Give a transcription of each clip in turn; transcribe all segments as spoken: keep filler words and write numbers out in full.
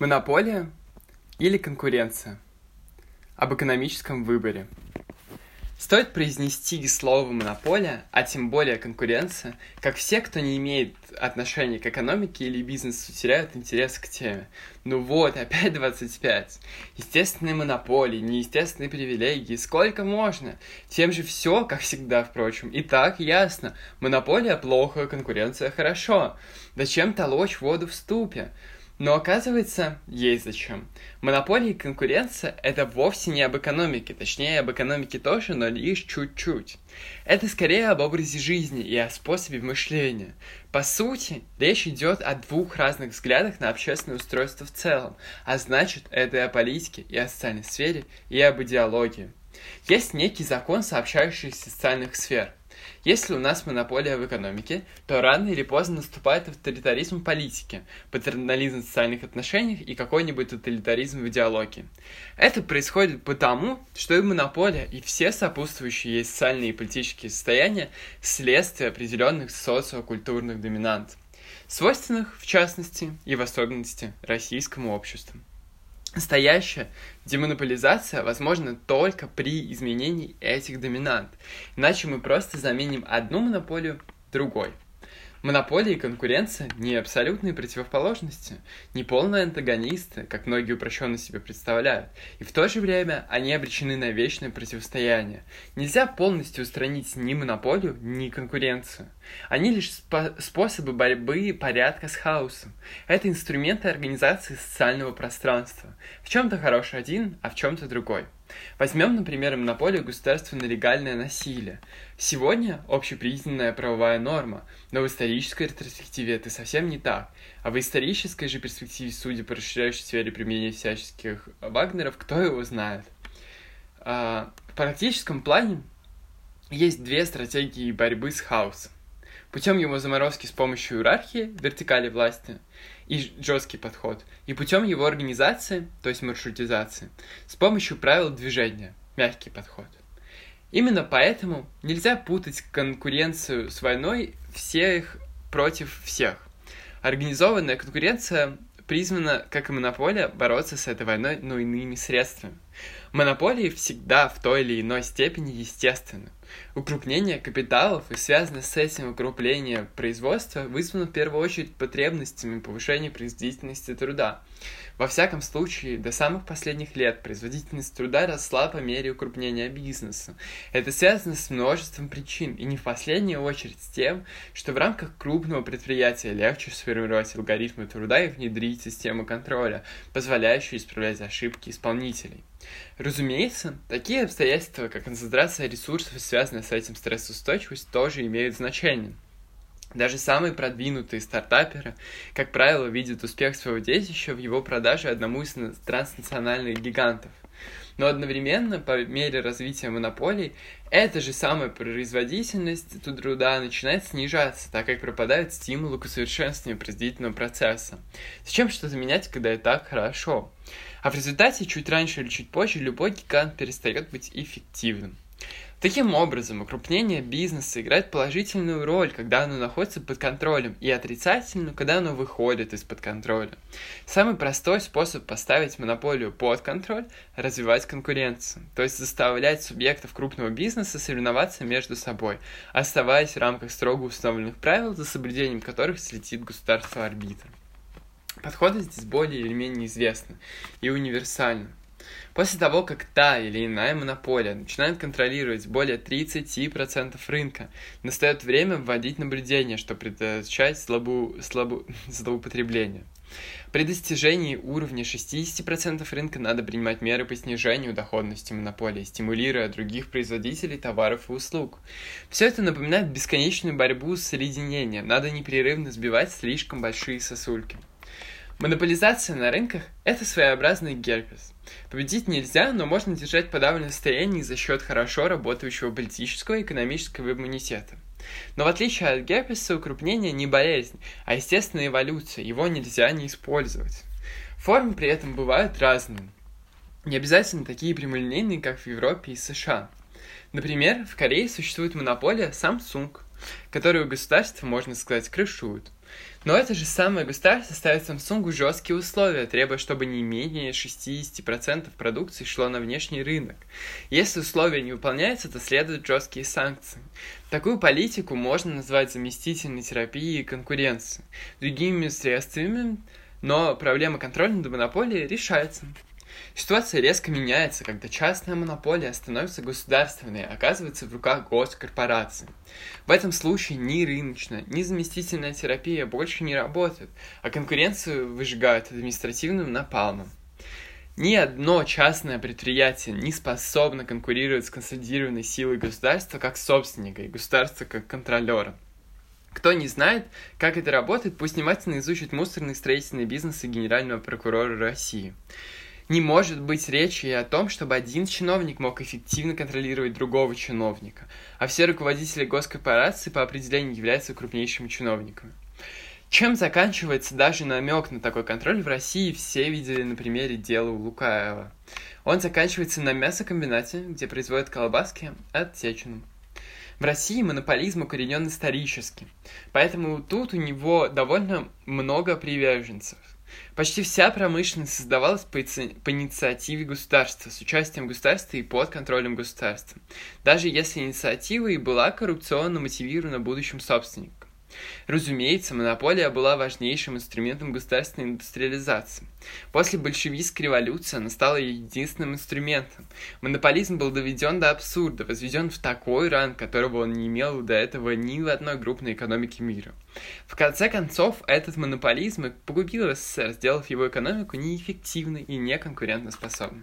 Монополия или конкуренция? Об экономическом выборе. Стоит произнести слово «монополия», а тем более «конкуренция», как все, кто не имеет отношения к экономике или бизнесу, теряют интерес к теме. Ну вот, опять двадцать пять. Естественные монополии, неестественные привилегии, сколько можно? Тем же все, как всегда, впрочем. И так ясно. Монополия плохо, конкуренция хорошо. Зачем толочь воду в ступе? Но оказывается, есть зачем. Монополия и конкуренция – это вовсе не об экономике, точнее, об экономике тоже, но лишь чуть-чуть. Это скорее об образе жизни и о способе мышления. По сути, речь идет о двух разных взглядах на общественное устройство в целом, а значит, это и о политике, и о социальной сфере, и об идеологии. Есть некий закон сообщающихся социальных сфер. Если у нас монополия в экономике, то рано или поздно наступает авторитаризм в политике, патернализм в социальных отношениях и какой-нибудь тоталитаризм в идеологии. Это происходит потому, что и монополия, и все сопутствующие ей социальные и политические состояния – следствие определенных социокультурных доминант, свойственных, в частности, и в особенности, российскому обществу. Настоящая демонополизация возможна только при изменении этих доминант, иначе мы просто заменим одну монополию другой. Монополия и конкуренция не абсолютные противоположности, не полные антагонисты, как многие упрощенно себе представляют, и в то же время они обречены на вечное противостояние. Нельзя полностью устранить ни монополию, ни конкуренцию. Они лишь спо- способы борьбы порядка с хаосом. Это инструменты организации социального пространства. В чем-то хорош один, а в чем-то другой. Возьмем, например, монополию государства на легальное насилие. Сегодня общепризнанная правовая норма, но в исторической ретроспективе это совсем не так. А в исторической же перспективе, судя по расширяющей сфере применения всяческих вагнеров, кто его знает. А, в практическом плане есть две стратегии борьбы с хаосом. Путем его заморозки с помощью иерархии, вертикали власти, и жесткий подход, и путем его организации, то есть маршрутизации, с помощью правил движения, мягкий подход. Именно поэтому нельзя путать конкуренцию с войной всех против всех. Организованная конкуренция призвана, как и монополия, бороться с этой войной, но иными средствами. Монополии всегда в той или иной степени естественны. Укрупнение капиталов и связанное с этим укрепление производства вызвано в первую очередь потребностями повышения производительности труда. Во всяком случае, до самых последних лет производительность труда росла по мере укрупнения бизнеса. Это связано с множеством причин, и не в последнюю очередь с тем, что в рамках крупного предприятия легче сформировать алгоритмы труда и внедрить систему контроля, позволяющую исправлять ошибки исполнителей. Разумеется, такие обстоятельства, как концентрация ресурсов и связанная с этим стрессоустойчивость, тоже имеют значение. Даже самые продвинутые стартаперы, как правило, видят успех своего детища в его продаже одному из транснациональных гигантов. Но одновременно, по мере развития монополий, эта же самая производительность труда начинает снижаться, так как пропадают стимулы к усовершенствованию производительного процесса. Зачем что-то менять, когда и так хорошо? А в результате, чуть раньше или чуть позже, любой гигант перестает быть эффективным. Таким образом, укрупнение бизнеса играет положительную роль, когда оно находится под контролем, и отрицательную, когда оно выходит из-под контроля. Самый простой способ поставить монополию под контроль – развивать конкуренцию, то есть заставлять субъектов крупного бизнеса соревноваться между собой, оставаясь в рамках строго установленных правил, за соблюдением которых следит государство-арбитр. Подходы здесь более или менее известны и универсальны. После того, как та или иная монополия начинает контролировать более тридцать процентов рынка, настает время вводить наблюдение, чтобы предотвращать слабу, слабу, злоупотребление. При достижении уровня шестьдесят процентов рынка надо принимать меры по снижению доходности монополии, стимулируя других производителей товаров и услуг. Все это напоминает бесконечную борьбу с оледенением, надо непрерывно сбивать слишком большие сосульки. Монополизация на рынках – это своеобразный герпес. Победить нельзя, но можно держать подавленное состояние за счет хорошо работающего политического и экономического иммунитета. Но в отличие от герпеса, укрупнение не болезнь, а естественная эволюция, его нельзя не использовать. Формы при этом бывают разные. Не обязательно такие прямолинейные, как в Европе и США. Например, в Корее существует монополия Samsung, которую государство, можно сказать, крышует. Но это же самое государство ставит Samsung жесткие условия, требуя, чтобы не менее шестьдесят процентов продукции шло на внешний рынок. Если условия не выполняются, то следуют жесткие санкции. Такую политику можно назвать заместительной терапией конкуренции. Другими средствами, но проблема контроля над монополией решается. Ситуация резко меняется, когда частная монополия становится государственной, оказывается в руках госкорпораций. В этом случае ни рыночная, ни заместительная терапия больше не работают, а конкуренцию выжигают административным напалмом. Ни одно частное предприятие не способно конкурировать с консолидированной силой государства как собственника и государства как контролера. Кто не знает, как это работает, пусть внимательно изучит мусорный строительный бизнес и генерального прокурора России. Не может быть речи и о том, чтобы один чиновник мог эффективно контролировать другого чиновника, а все руководители госкорпораций по определению являются крупнейшими чиновниками. Чем заканчивается даже намек на такой контроль, в России все видели на примере дела у Лукаева. Он заканчивается на мясокомбинате, где производят колбаски отсеченным. В России монополизм укоренен исторически, поэтому тут у него довольно много приверженцев. Почти вся промышленность создавалась по, иници... по инициативе государства, с участием государства и под контролем государства, даже если инициатива и была коррупционно мотивирована будущим собственником. Разумеется, монополия была важнейшим инструментом государственной индустриализации. После большевистской революции она стала единственным инструментом. Монополизм был доведен до абсурда, возведен в такой ранг, которого он не имел до этого ни в одной крупной экономике мира. В конце концов, этот монополизм погубил СССР, сделав его экономику неэффективной и неконкурентоспособной.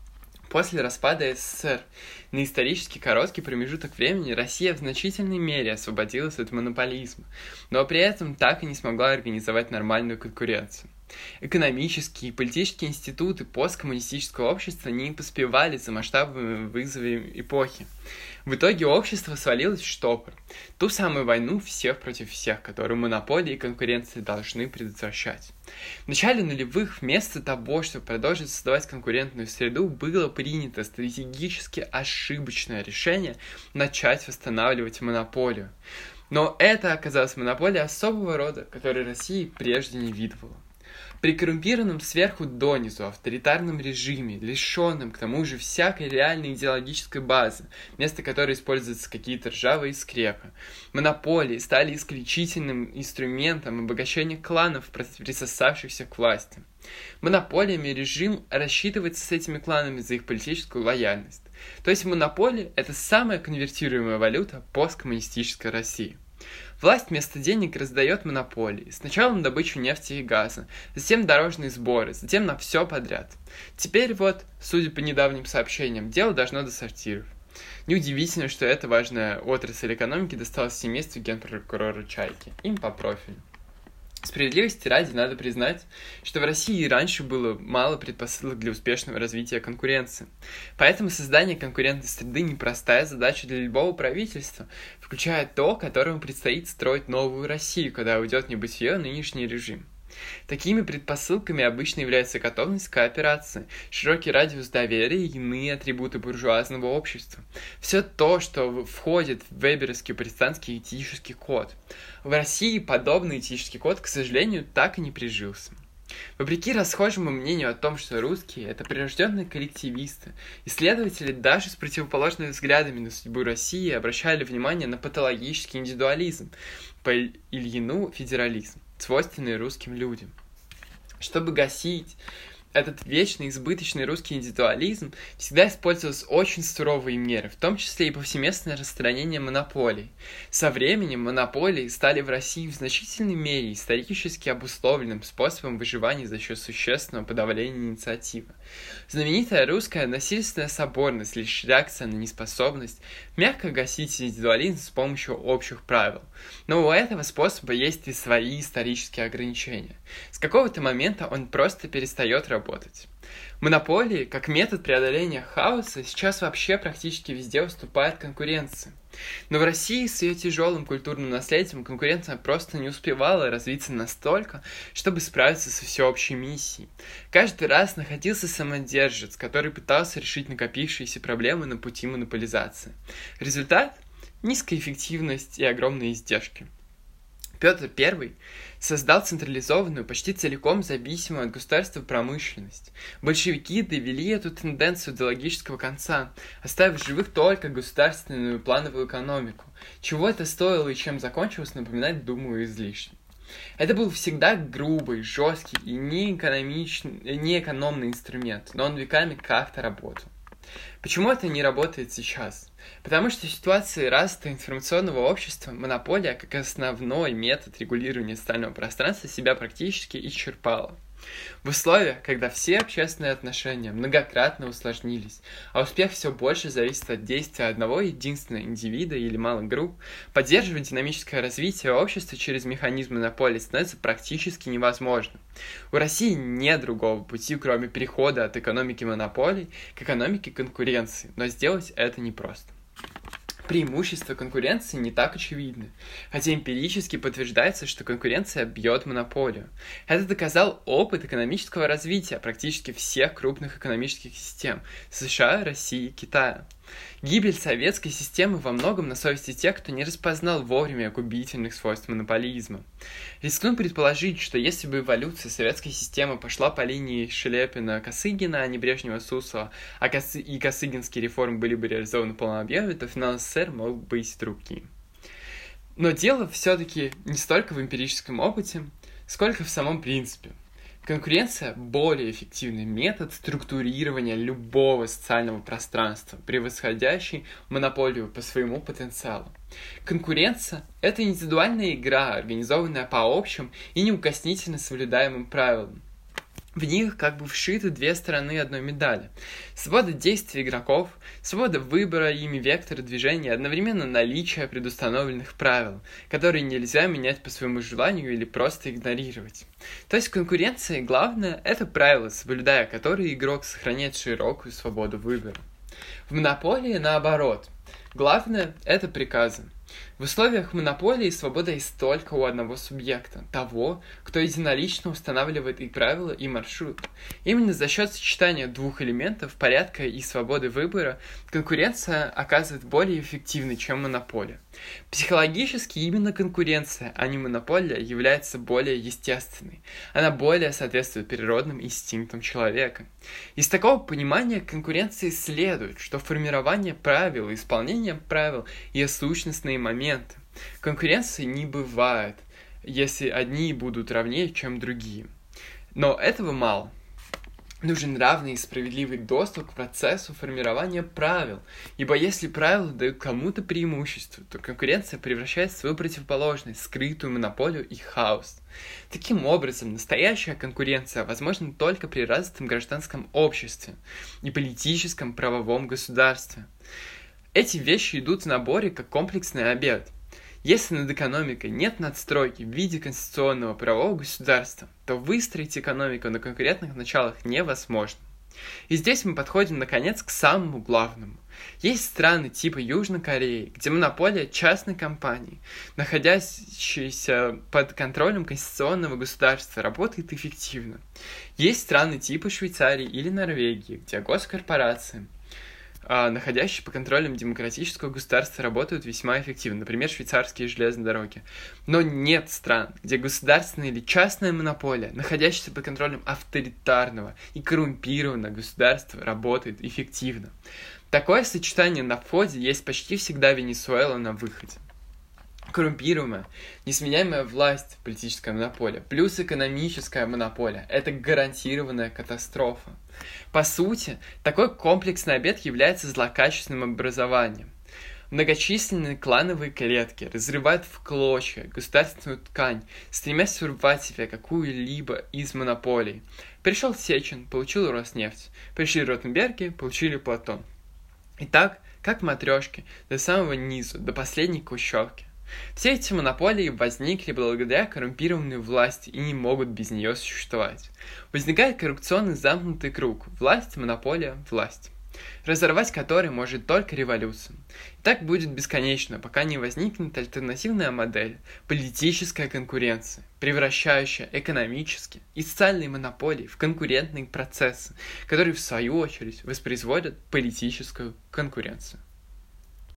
После распада СССР на исторически короткий промежуток времени Россия в значительной мере освободилась от монополизма, но при этом так и не смогла организовать нормальную конкуренцию. Экономические и политические институты посткоммунистического общества не поспевали за масштабными вызовами эпохи. В итоге общество свалилось в штопор, ту самую войну всех против всех, которую монополии и конкуренция должны предотвращать. В начале нулевых вместо того, чтобы продолжить создавать конкурентную среду, было принято стратегически ошибочное решение начать восстанавливать монополию. Но это оказалась монополия особого рода, которой Россия прежде не видывала. При коррумпированном сверху донизу авторитарном режиме, лишенном к тому же всякой реальной идеологической базы, вместо которой используются какие-то ржавые скрепы, монополии стали исключительным инструментом обогащения кланов, присосавшихся к власти. Монополиями режим рассчитывается с этими кланами за их политическую лояльность. То есть монополия – это самая конвертируемая валюта посткоммунистической России. Власть вместо денег раздает монополии. Сначала на добычу нефти и газа, затем дорожные сборы, затем на все подряд. Теперь вот, судя по недавним сообщениям, дело дошло до сортиров. Неудивительно, что эта важная отрасль экономики досталась семейству генпрокурора Чайки. Им по профилю. Справедливости ради надо признать, что в России и раньше было мало предпосылок для успешного развития конкуренции. Поэтому создание конкурентной среды – непростая задача для любого правительства, включая то, которому предстоит строить новую Россию, когда уйдет в небытие нынешний режим. Такими предпосылками обычно является готовность к кооперации, широкий радиус доверия и иные атрибуты буржуазного общества. Все то, что входит в веберовский протестантский этический код. В России подобный этический код, к сожалению, так и не прижился. Вопреки расхожему мнению о том, что русские – это прирожденные коллективисты, исследователи даже с противоположными взглядами на судьбу России обращали внимание на патологический индивидуализм, по Ильину – федерализм, свойственные русским людям. Чтобы гасить этот вечный избыточный русский индивидуализм, всегда использовались очень суровые меры, в том числе и повсеместное распространение монополий. Со временем монополии стали в России в значительной мере исторически обусловленным способом выживания за счет существенного подавления инициативы. Знаменитая русская насильственная соборность – лишь реакция на неспособность мягко гасить индивидуализм с помощью общих правил. Но у этого способа есть и свои исторические ограничения. С какого-то момента он просто перестает работать. работать. Монополии, как метод преодоления хаоса, сейчас вообще практически везде уступает конкуренции. Но в России с ее тяжелым культурным наследием конкуренция просто не успевала развиться настолько, чтобы справиться со всеобщей миссией. Каждый раз находился самодержец, который пытался решить накопившиеся проблемы на пути монополизации. Результат – низкая эффективность и огромные издержки. Петр Первый создал централизованную, почти целиком зависимую от государства промышленность. Большевики довели эту тенденцию до логического конца, оставив в живых только государственную плановую экономику. Чего это стоило и чем закончилось, напоминать, думаю, излишне. Это был всегда грубый, жесткий и неэкономичный, неэкономный инструмент, но он веками как-то работал. Почему это не работает сейчас? Потому что в ситуации развитого информационного общества монополия как основной метод регулирования социального пространства себя практически исчерпала. В условиях, когда все общественные отношения многократно усложнились, а успех все больше зависит от действия одного единственного индивида или малых групп, поддерживать динамическое развитие общества через механизм монополии становится практически невозможно. У России нет другого пути, кроме перехода от экономики монополий к экономике конкуренции, но сделать это непросто. Преимущества конкуренции не так очевидны, хотя эмпирически подтверждается, что конкуренция бьет монополию. Это доказал опыт экономического развития практически всех крупных экономических систем – США, России, Китая. Гибель советской системы во многом на совести тех, кто не распознал вовремя губительных свойств монополизма. Рискну предположить, что если бы эволюция советской системы пошла по линии Шелепина-Косыгина, а не Брежнева-Суслова, а Косы... и косыгинские реформы были бы реализованы в полном объеме, то финал СССР мог быть другим. Но дело все-таки не столько в эмпирическом опыте, сколько в самом принципе. Конкуренция – более эффективный метод структурирования любого социального пространства, превосходящий монополию по своему потенциалу. Конкуренция – это индивидуальная игра, организованная по общим и неукоснительно соблюдаемым правилам. В них как бы вшиты две стороны одной медали. Свобода действий игроков, свобода выбора ими вектора движения, одновременно наличие предустановленных правил, которые нельзя менять по своему желанию или просто игнорировать. То есть в конкуренции главное – это правила, соблюдая которые игрок сохраняет широкую свободу выбора. В монополии наоборот. Главное – это приказы. В условиях монополии свобода есть только у одного субъекта, того, кто единолично устанавливает и правила, и маршрут. Именно за счет сочетания двух элементов, порядка и свободы выбора, конкуренция оказывает более эффективной, чем монополия. Психологически именно конкуренция, а не монополия, является более естественной. Она более соответствует природным инстинктам человека. Из такого понимания конкуренции следует, что формирование правил, исполнение правил и сущностные моменты. Конкуренции не бывает, если одни будут равнее, чем другие. Но этого мало. Нужен равный и справедливый доступ к процессу формирования правил, ибо если правила дают кому-то преимущество, то конкуренция превращает в свою противоположность, скрытую монополию и хаос. Таким образом, настоящая конкуренция возможна только при развитом гражданском обществе и политическом правовом государстве. Эти вещи идут в наборе как комплексный обед. Если над экономикой нет надстройки в виде конституционного правового государства, то выстроить экономику на конкурентных началах невозможно. И здесь мы подходим, наконец, к самому главному. Есть страны типа Южной Кореи, где монополия частной компании, находящейся под контролем конституционного государства, работает эффективно. Есть страны типа Швейцарии или Норвегии, где госкорпорации, находящие под контролем демократического государства, работают весьма эффективно, например, швейцарские железные дороги. Но нет стран, где государственная или частная монополия, находящаяся под контролем авторитарного и коррумпированного государства, работает эффективно. Такое сочетание на входе есть почти всегда Венесуэла на выходе. Коррумпируемая, несменяемая власть, политическая монополия, плюс экономическая монополия – это гарантированная катастрофа. По сути, такой комплексный обед является злокачественным образованием. Многочисленные клановые клетки разрывают в клочья государственную ткань, стремясь урвать себе какую-либо из монополий. Пришел Сечин, получил Роснефть. Пришли Ротенберги, получили Платон. И так, как матрешки, до самого низу, до последней хрущевки. Все эти монополии возникли благодаря коррумпированной власти и не могут без нее существовать. Возникает коррупционный замкнутый круг – власть, монополия, власть, разорвать который может только революция. И так будет бесконечно, пока не возникнет альтернативная модель – политическая конкуренция, превращающая экономические и социальные монополии в конкурентные процессы, которые в свою очередь воспроизводят политическую конкуренцию.